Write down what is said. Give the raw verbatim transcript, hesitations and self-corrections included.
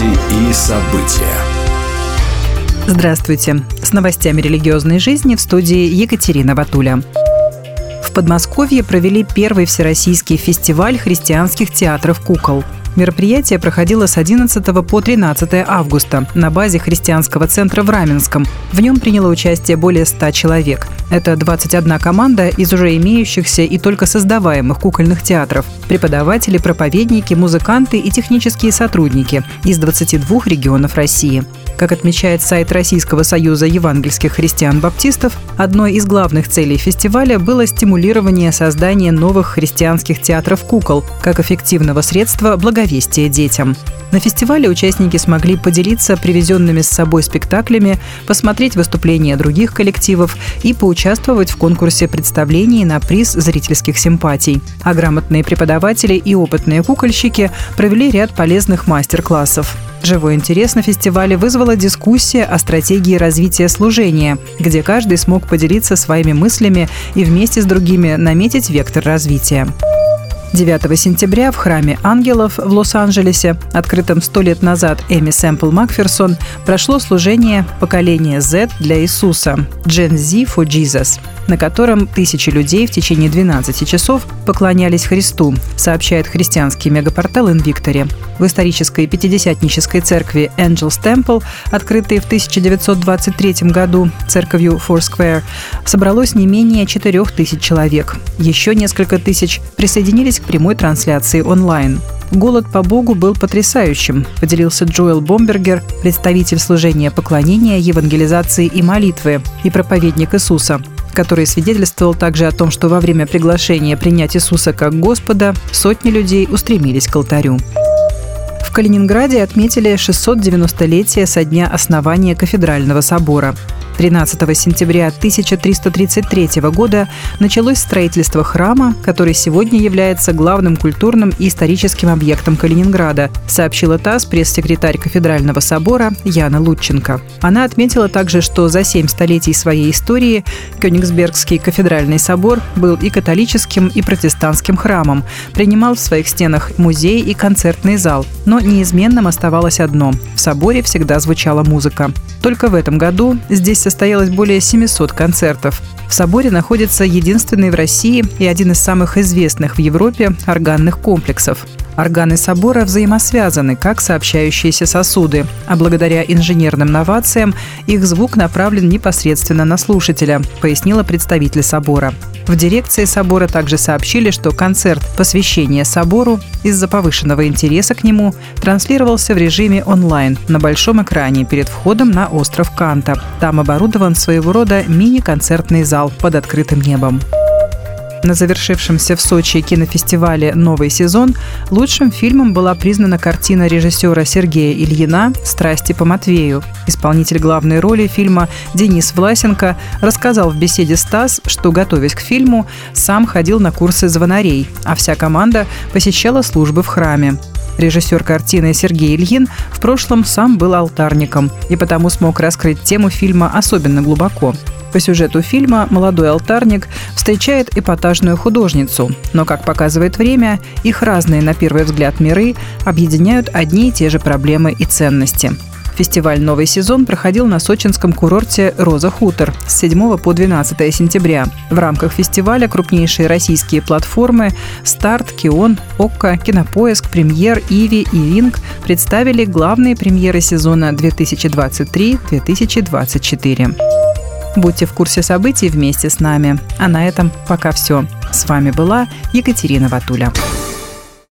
Новости и события. Здравствуйте. С новостями религиозной жизни в студии Екатерина Ватуля. В Подмосковье провели первый всероссийский фестиваль христианских театров кукол. Мероприятие проходило с одиннадцатого по тринадцатое августа на базе христианского центра в Раменском. В нем приняло участие более ста человек. Это двадцать одна команда из уже имеющихся и только создаваемых кукольных театров. Преподаватели, проповедники, музыканты и технические сотрудники из двадцати двух регионов России. Как отмечает сайт Российского союза евангельских христиан-баптистов, одной из главных целей фестиваля было стимулирование создания новых христианских театров кукол как эффективного средства благовестия детям. На фестивале участники смогли поделиться привезенными с собой спектаклями, посмотреть выступления других коллективов и поучаствовать в конкурсе представлений на приз зрительских симпатий. А грамотные преподаватели и опытные кукольщики провели ряд полезных мастер-классов. Живой интерес на фестивале вызвала дискуссия о стратегии развития служения, где каждый смог поделиться своими мыслями и вместе с другими наметить вектор развития. девятого сентября в храме ангелов в Лос-Анджелесе, открытом сто лет назад Эми Сэмпл Макферсон, прошло служение поколения Z для Иисуса «Gen Z for Jesus», на котором тысячи людей в течение двенадцати часов поклонялись Христу, сообщает христианский мегапортал Инвиктори. В исторической пятидесятнической церкви Angels Temple, открытой в тысяча девятьсот двадцать третьем году церковью Foursquare, собралось не менее четырех тысяч человек. Еще несколько тысяч присоединились к прямой трансляции онлайн. «Голод по Богу был потрясающим», — поделился Джоэл Бомбергер, представитель служения поклонения, евангелизации и молитвы и проповедник Иисуса, который свидетельствовал также о том, что во время приглашения принять Иисуса как Господа сотни людей устремились к алтарю. В Калининграде отметили шестьсот девяностолетие со дня основания Кафедрального собора. тринадцатого сентября тысяча триста тридцать третьего года началось строительство храма, который сегодня является главным культурным и историческим объектом Калининграда, сообщила ТАСС пресс-секретарь Кафедрального собора Яна Лутченко. Она отметила также, что за семь столетий своей истории Кёнигсбергский кафедральный собор был и католическим, и протестантским храмом, принимал в своих стенах музей и концертный зал, но неизменным оставалось одно – в соборе всегда звучала музыка. Только в этом году здесь состоялось более семисот концертов. В соборе находится единственный в России и один из самых известных в Европе органных комплексов. Органы собора взаимосвязаны, как сообщающиеся сосуды, а благодаря инженерным новациям их звук направлен непосредственно на слушателя, пояснила представитель собора. В дирекции собора также сообщили, что концерт посвящения собору из-за повышенного интереса к нему транслировался в режиме онлайн на большом экране перед входом на остров Канта. Там оборудован своего рода мини-концертный зал под открытым небом. На завершившемся в Сочи кинофестивале «Новый сезон» лучшим фильмом была признана картина режиссера Сергея Ильина «Страсти по Матвею». Исполнитель главной роли фильма Денис Власенко рассказал в беседе с ТАСС, что, готовясь к фильму, сам ходил на курсы звонарей, а вся команда посещала службы в храме. Режиссер картины Сергей Ильин в прошлом сам был алтарником и потому смог раскрыть тему фильма особенно глубоко. По сюжету фильма молодой алтарник встречает эпатажную художницу, но, как показывает время, их разные на первый взгляд миры объединяют одни и те же проблемы и ценности. Фестиваль «Новый сезон» проходил на сочинском курорте «Роза Хутор» с седьмого по двенадцатое сентября. В рамках фестиваля крупнейшие российские платформы «Старт», «Кион», «Окко», «Кинопоиск», «Премьер», «Иви» и «Винг» представили главные премьеры сезона две тысячи двадцать три - две тысячи двадцать четыре. Будьте в курсе событий вместе с нами. А на этом пока все. С вами была Екатерина Ватуля.